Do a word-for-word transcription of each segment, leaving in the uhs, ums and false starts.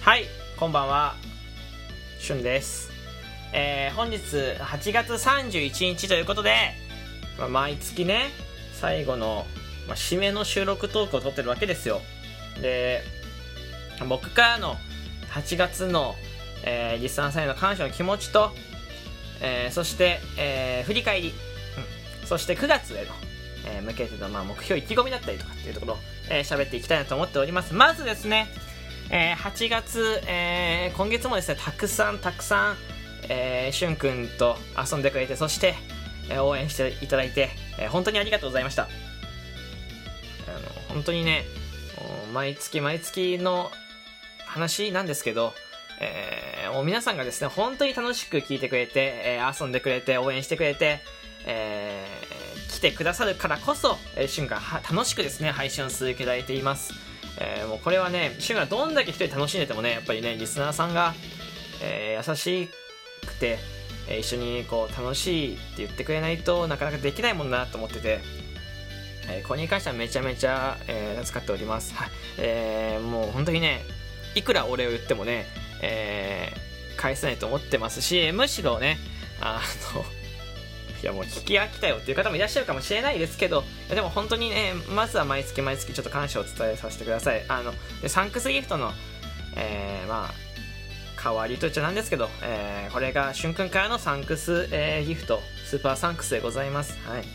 はい、こんばんは、しゅんです。えー、本日はちがつさんじゅういちにちということで、まあ、毎月ね最後の、まあ、締めの収録トークを撮ってるわけですよ。で、僕からのはちがつの、えー、リスナーさんへの感謝の気持ちと、えー、そして、えー、振り返り、うん、そしてくがつへの、えー、向けての、まあ、目標意気込みだったりとかっていうところをえー、喋っていきたいなと思っております。まずですね、えー、はちがつ、えー、今月もですねたくさんたくさん、えー、しゅんくんと遊んでくれて、そして、えー、応援していただいて、えー、本当にありがとうございました。あの本当にね毎月毎月の話なんですけど、えー、もう皆さんがですね本当に楽しく聞いてくれて、えー、遊んでくれて応援してくれて、えー、来てくださるからこそ、えー、しゅんが楽しくですね配信を続けられています。えー、もうこれはね、しゅんがどんだけ一人楽しんでてもね、やっぱりねリスナーさんが、えー、優しくて、えー、一緒にこう楽しいって言ってくれないとなかなかできないもんだなと思ってて、えー、これに関してはめちゃめちゃ、えー、助かっております。はい、えー、もう本当にねいくらお礼を言ってもね、えー、返せないと思ってますし、むしろねあのいやもう聞き飽きたよっていう方もいらっしゃるかもしれないですけど、でも本当にねまずは毎月毎月ちょっと感謝を伝えさせてください。あのでサンクスギフトの、えー、まあ代わりといっちゃなんですけど、えー、これがしゅんくんからのサンクス、えー、ギフトスーパーサンクスでございます。はい、うん、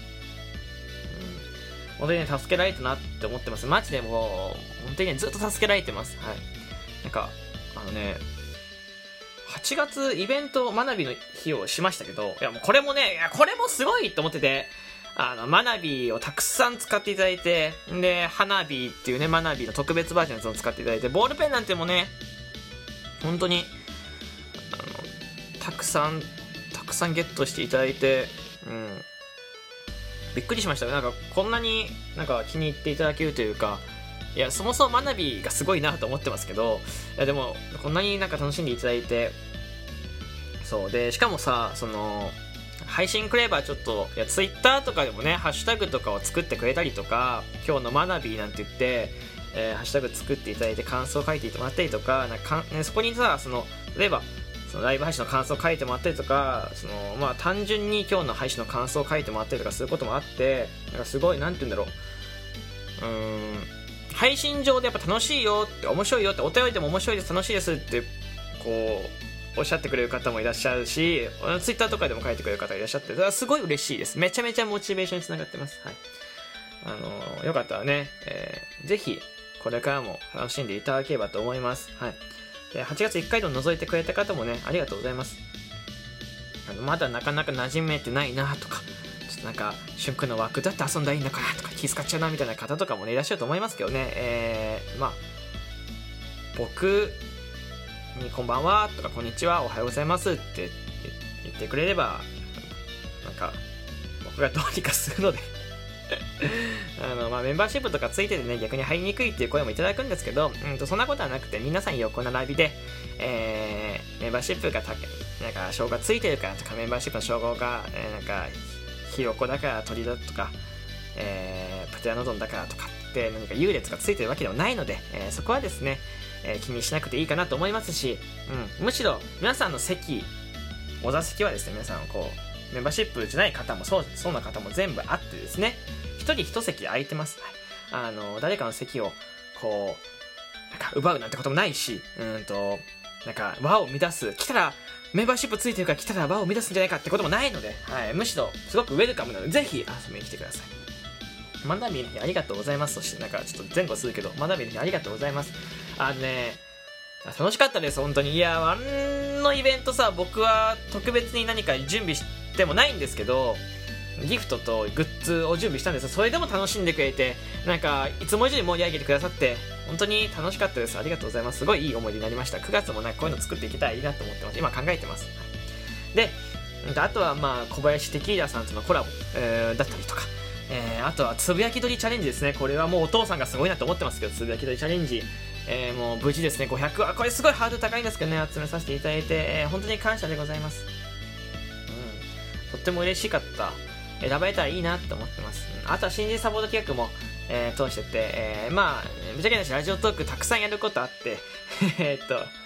本当にね助けられたなって思ってます。マジでもう本当にねずっと助けられてます。はい、なんかあのねはちがつイベント学びの日をしましたけど、いやもうこれもねいやこれもすごいと思ってて、あの学びをたくさん使っていただいて、で花火っていうね学びの特別バージョンのやつを使っていただいて、ボールペンなんてもね本当にあのたくさんたくさんゲットしていただいて、うん、びっくりしました。なんかこんなになんか気に入っていただけるというか、いやそもそも学びがすごいなと思ってますけど、いやでもこんなになんか楽しんでいただいて、そうでしかもさその配信くればちょっといやツイッターとかでもねハッシュタグとかを作ってくれたりとか、今日の学びなんて言って、えー、ハッシュタグ作っていただいて感想を書いてもらったりとか、なんかね、そこにさその例えばそのライブ配信の感想を書いてもらったりとか、そのまあ単純に今日の配信の感想を書いてもらったりとかすることもあって、なんかすごいなんて言うんだろう、うーん配信上でやっぱ楽しいよって面白いよってお便りでも面白いです楽しいですってこうおっしゃってくれる方もいらっしゃるし、ツイッターとかでも書いてくれる方いらっしゃって、それはすごい嬉しいです。めちゃめちゃモチベーションにつながってます。はい、あのー、よかったらね、えー、ぜひこれからも楽しんでいただければと思います。はい、ではちがついっかいでも覗いてくれた方もねありがとうございます。あのまだなかなか馴染めてないなとか、なんかしゅんくんの枠だって遊んだらいいんだからとか気遣っちゃうなみたいな方とかもねいらっしゃると思いますけどね、えー、まあ僕にこんばんはとかこんにちはおはようございますって言ってくれればなんか僕がどうにかするのであの、まあ、メンバーシップとかついててね逆に入りにくいっていう声もいただくんですけど、うんとそんなことはなくて皆さん横並びで、えー、メンバーシップがたなんか称号がついてるからとかメンバーシップの称号が、えー、なんかひよこだから鳥だとか、えー、プテラノドンだからとかって何か優劣がついてるわけではないので、えー、そこはですね、えー、気にしなくていいかなと思いますし、うん、むしろ皆さんの席お座席はですね皆さんこうメンバーシップじゃない方もそうそうな方も全部あってですね一人一席空いてます。はい、あの誰かの席をこうなんか奪うなんてこともないし、うんとなんか輪を乱す来たらメンバーシップついてるから来たら輪を乱すんじゃないかってこともないので、はい、むしろすごくウェルカムなのでぜひ遊びに来てください。マナビーの日ありがとうございます。そしてなんかちょっと前後するけどマナビーの日ありがとうございます。あのね楽しかったです本当に。いやあのイベントさ僕は特別に何か準備してもないんですけどギフトとグッズを準備したんです。それでも楽しんでくれてなんかいつも以上に盛り上げてくださって本当に楽しかったです。ありがとうございます。すごいいい思い出になりました。くがつもなんかこういうの作っていけたらいいなと思ってます。今考えてます。であとはまあ小林テキーラさんとのコラボ、えー、だったりとか、えー、あとはつぶやき撮りチャレンジですね。これはもうお父さんがすごいなと思ってますけどつぶやき撮りチャレンジ、えー、もう無事ですねごひゃくはこれすごいハードル高いんですけどね集めさせていただいて、えー、本当に感謝でございます。うん、とっても嬉しかった。選ばれたらいいなって思ってます。うん、あとは新人サポート企画も、えー、通してて、えー、まあぶっちゃけないしラジオトークたくさんやることあってえっと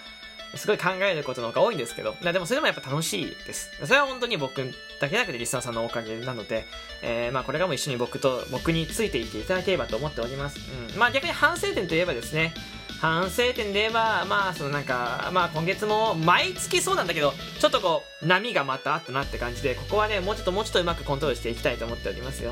すごい考えることの方が多いんですけど、でもそれでもやっぱ楽しいです。それは本当に僕だけじゃなくてリスナーさんのおかげなので、えー、まあこれからも一緒に僕と、僕についていっていただければと思っております。うん。まあ逆に反省点といえばですね、反省点で言えば、まあそのなんか、まあ今月も毎月そうなんだけど、ちょっとこう、波がまたあったなって感じで、ここはね、もうちょっともうちょっとうまくコントロールしていきたいと思っておりますよ。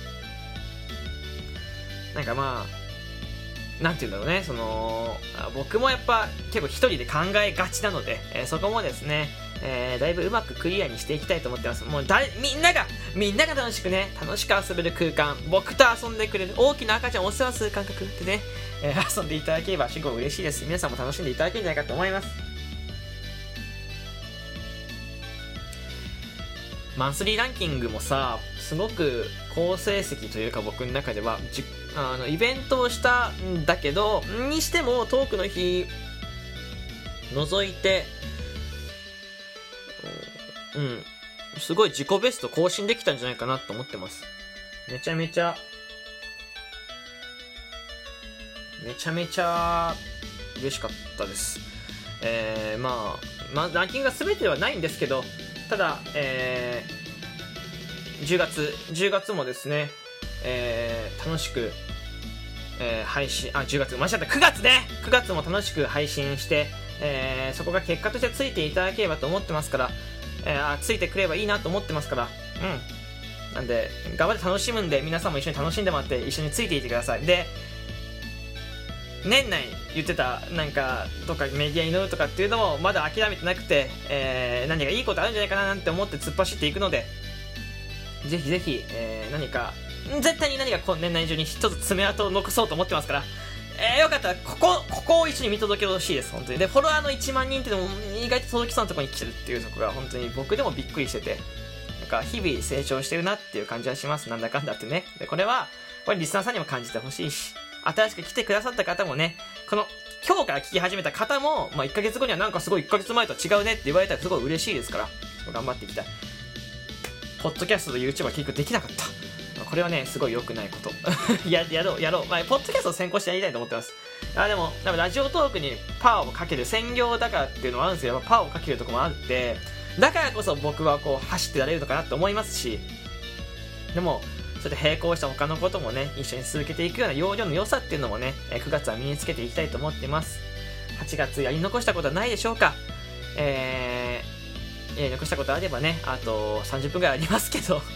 うん。なんかまあ、なんて言うんだろうね、その、僕もやっぱ結構一人で考えがちなので、えー、そこもですね、えー、だいぶうまくクリアにしていきたいと思ってます。もうだみんなが、みんなが楽しくね、楽しく遊べる空間、僕と遊んでくれる、大きな赤ちゃんをお世話する感覚でね、えー、遊んでいただければすごい嬉しいです。皆さんも楽しんでいただけるんじゃないかと思います。マンスリーランキングもさ、すごく好成績というか僕の中ではじあのイベントをしたんだけどにしてもトークの日除いてうんすごい自己ベスト更新できたんじゃないかなと思ってます。めちゃめちゃめちゃめちゃ嬉しかったです。えー、まあ、まあ、ランキングが全てではないんですけど、ただ、えー、じゅうがつじゅうがつもですね、えー、楽しく、えー、配信あじゅうがつ間違ったくがつねくがつも楽しく配信して、えー、そこが結果としてついていただければと思ってますから、えー、あついてくればいいなと思ってますから、うんなんで頑張って楽しむんで皆さんも一緒に楽しんでもらって一緒についていてください。で年内言ってたなんかとかメディアに乗るとかっていうのもまだ諦めてなくて、えー、何かいいことあるんじゃないかななんて思って突っ走っていくので、ぜひぜひ、えー、何か絶対に何かこの年内中に一つ爪痕を残そうと思ってますから、えー、よかったらここここを一緒に見届けてほしいです本当に。でフォロワーのいちまんにんっていうのも意外と届きそうなところに来てるっていうところが本当に僕でもびっくりしてて、なんか日々成長してるなっていう感じはします。なんだかんだってね。でこれはこれリスナーさんにも感じてほしいし、新しく来てくださった方もね、この今日から聞き始めた方も、まあ、いっかげつごにはなんかすごいいっかげつまえとは違うねって言われたらすごい嬉しいですから、頑張っていきたい。ポッドキャストと YouTube は結局できなかった。これはね、すごい良くないことや。やろう、やろう。まあ、ポッドキャストを先行してやりたいと思ってます。あでも、でもラジオトークにパワーをかける、専業だからっていうのはあるんですけど、パワーをかけるところもあって、だからこそ僕はこう走ってられるのかなと思いますし、でも、それで並行した他のこともね、一緒に続けていくような容量の良さっていうのもね、くがつは身につけていきたいと思ってます。はちがつやり残したことはないでしょうか。えー、やり残したことあればね、あとさんじゅっぷんぐらいありますけど、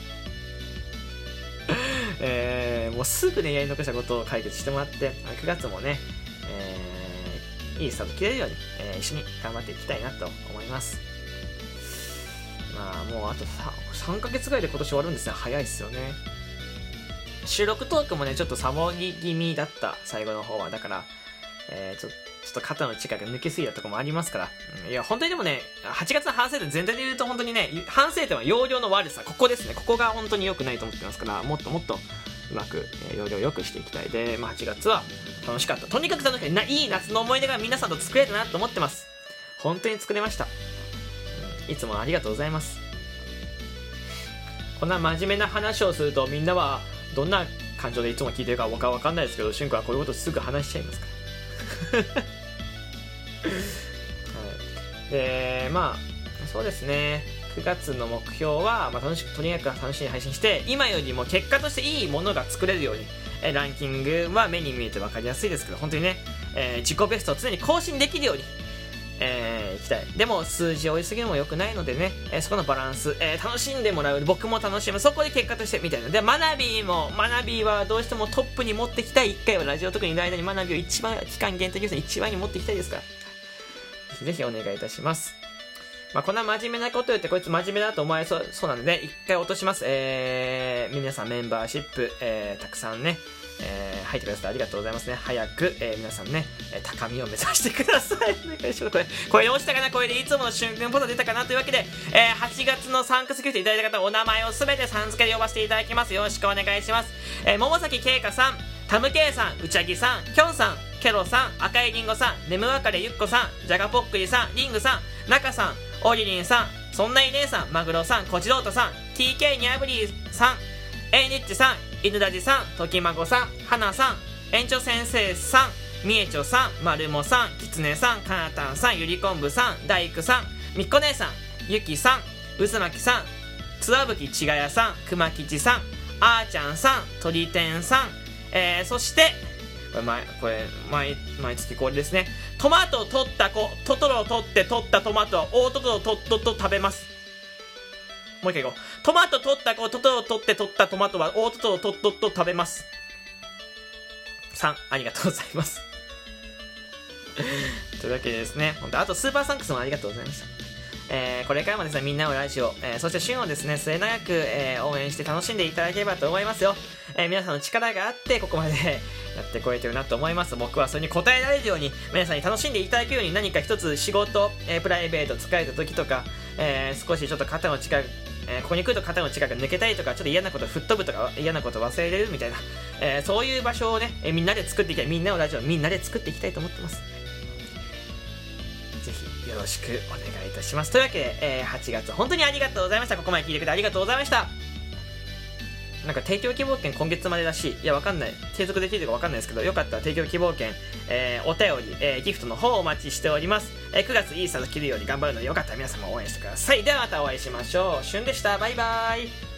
えー、もうすぐね、やり残したことを解決してもらって、くがつもね、えー、いいスタート切れるように、えー、一緒に頑張っていきたいなと思います。まあ、もうあとさんかげつぐらいで今年終わるんですね。早いっすよね。収録トークもねちょっとサボり気味だった最後の方は。だから、えー、ちょ, ちょっと肩の力が抜けすぎたところもありますから、うん、いや本当にでもねはちがつの反省点全体で言うと本当にね反省点は容量の悪さ、ここですね。ここが本当に良くないと思ってますから、もっともっとうまく、えー、容量良くしていきたい。で、まあ、はちがつは楽しかった、とにかく楽しかった、いい夏の思い出が皆さんと作れたなと思ってます。本当に作れました、うん、いつもありがとうございます。こんな真面目な話をするとみんなはどんな感情でいつも聞いてるか僕は分かんないですけど、しゅんくんはこういうことすぐ話しちゃいますから、はい、でまあそうですね、くがつの目標は、まあ、楽しくとにかく楽しみに配信して、今よりも結果としていいものが作れるように、えランキングは目に見えて分かりやすいですけど本当にね、えー、自己ベストを常に更新できるようにえー、いきたい。でも数字を追いすぎるのも良くないのでね、えー、そこのバランス、えー、楽しんでもらう、僕も楽しむ、そこで結果としてみたいな。でマナビーもマナビーはどうしてもトップに持ってきたい。いっかいはラジオ特にいる間にマナビーを一番期間限定で一番に持っていきたいですから、ぜひぜひお願いいたします。まあ、こんな真面目なこと言ってこいつ真面目だと思われそうそうなので一回落とします。えー、皆さんメンバーシップ、えー、たくさんね、えー、入ってくださってありがとうございますね。早く、えー、皆さんね、えー、高みを目指してください。お願いします。これ、これで落ちたかな、これでいつもの瞬間ポタ出たかなというわけで、えー、はちがつの参加スキルしていただいた方、お名前をすべてさん付けで呼ばせていただきます。よろしくお願いします。えー、桃崎慶香さん、タムケイさん、うちゃぎさん、きょんさん、ケロさん、赤いりんごさん、ねむわかれゆっこさん、じゃがぽっくりさん、リングさん、なかさん、おりりんさん、そんない姉さん、マグロさん、こちろうとさん、ティーケー にゃぶりさん、エイニッチさん、犬ラジさん、ときまごさん、はなさん、園長先生さん、 みえちょさん、まるもさん、きつねさん、かなたんさん、ゆりこんぶさん、大工さん、みっこ姉さん、ゆきさん、うずまきさん、つわぶきちがやさん、くまきちさん、あーちゃんさん、とりてんさん、えー、そしてこれ毎これ 毎, 毎月これですね。トマトを取った子、トトロを取って取ったトマトは大トトロをとっとと食べます。もう一回いこう。トマト取った子、トトロを取って取ったトマトは大トトロをとっとと食べます。さん、ありがとうございます。というわけでですね、本当あとスーパーサンクスもありがとうございました。えー、これからもですね、みんなのラジオ、えー、そして旬をですね、末永く、えー、応援して楽しんでいただければと思いますよ。えー、皆さんの力があってここまでやってこれてるなと思います。僕はそれに応えられるように、皆さんに楽しんでいただけるように、何か一つ仕事、えー、プライベート疲れた時とか、えー、少しちょっと肩の力、えー、ここに来ると肩の力が抜けたりとか、ちょっと嫌なこと吹っ飛ぶとか、嫌なこと忘れれるみたいな、えー、そういう場所をね、えー、みんなで作っていきたい。みんなのラジオをみんなで作っていきたいと思ってます。ぜひよろしくお願いいたします。というわけで、えー、はちがつ本当にありがとうございました。ここまで聞いてくれてありがとうございました。なんか提供希望券今月までだし、いやわかんない、継続できるかわかんないですけど、よかったら提供希望券、えー、お便り、えー、ギフトの方をお待ちしております。えー、くがついいスタート切るように頑張るので、よかったら皆さんも応援してください。ではまたお会いしましょう。しゅんでした。バイバーイ。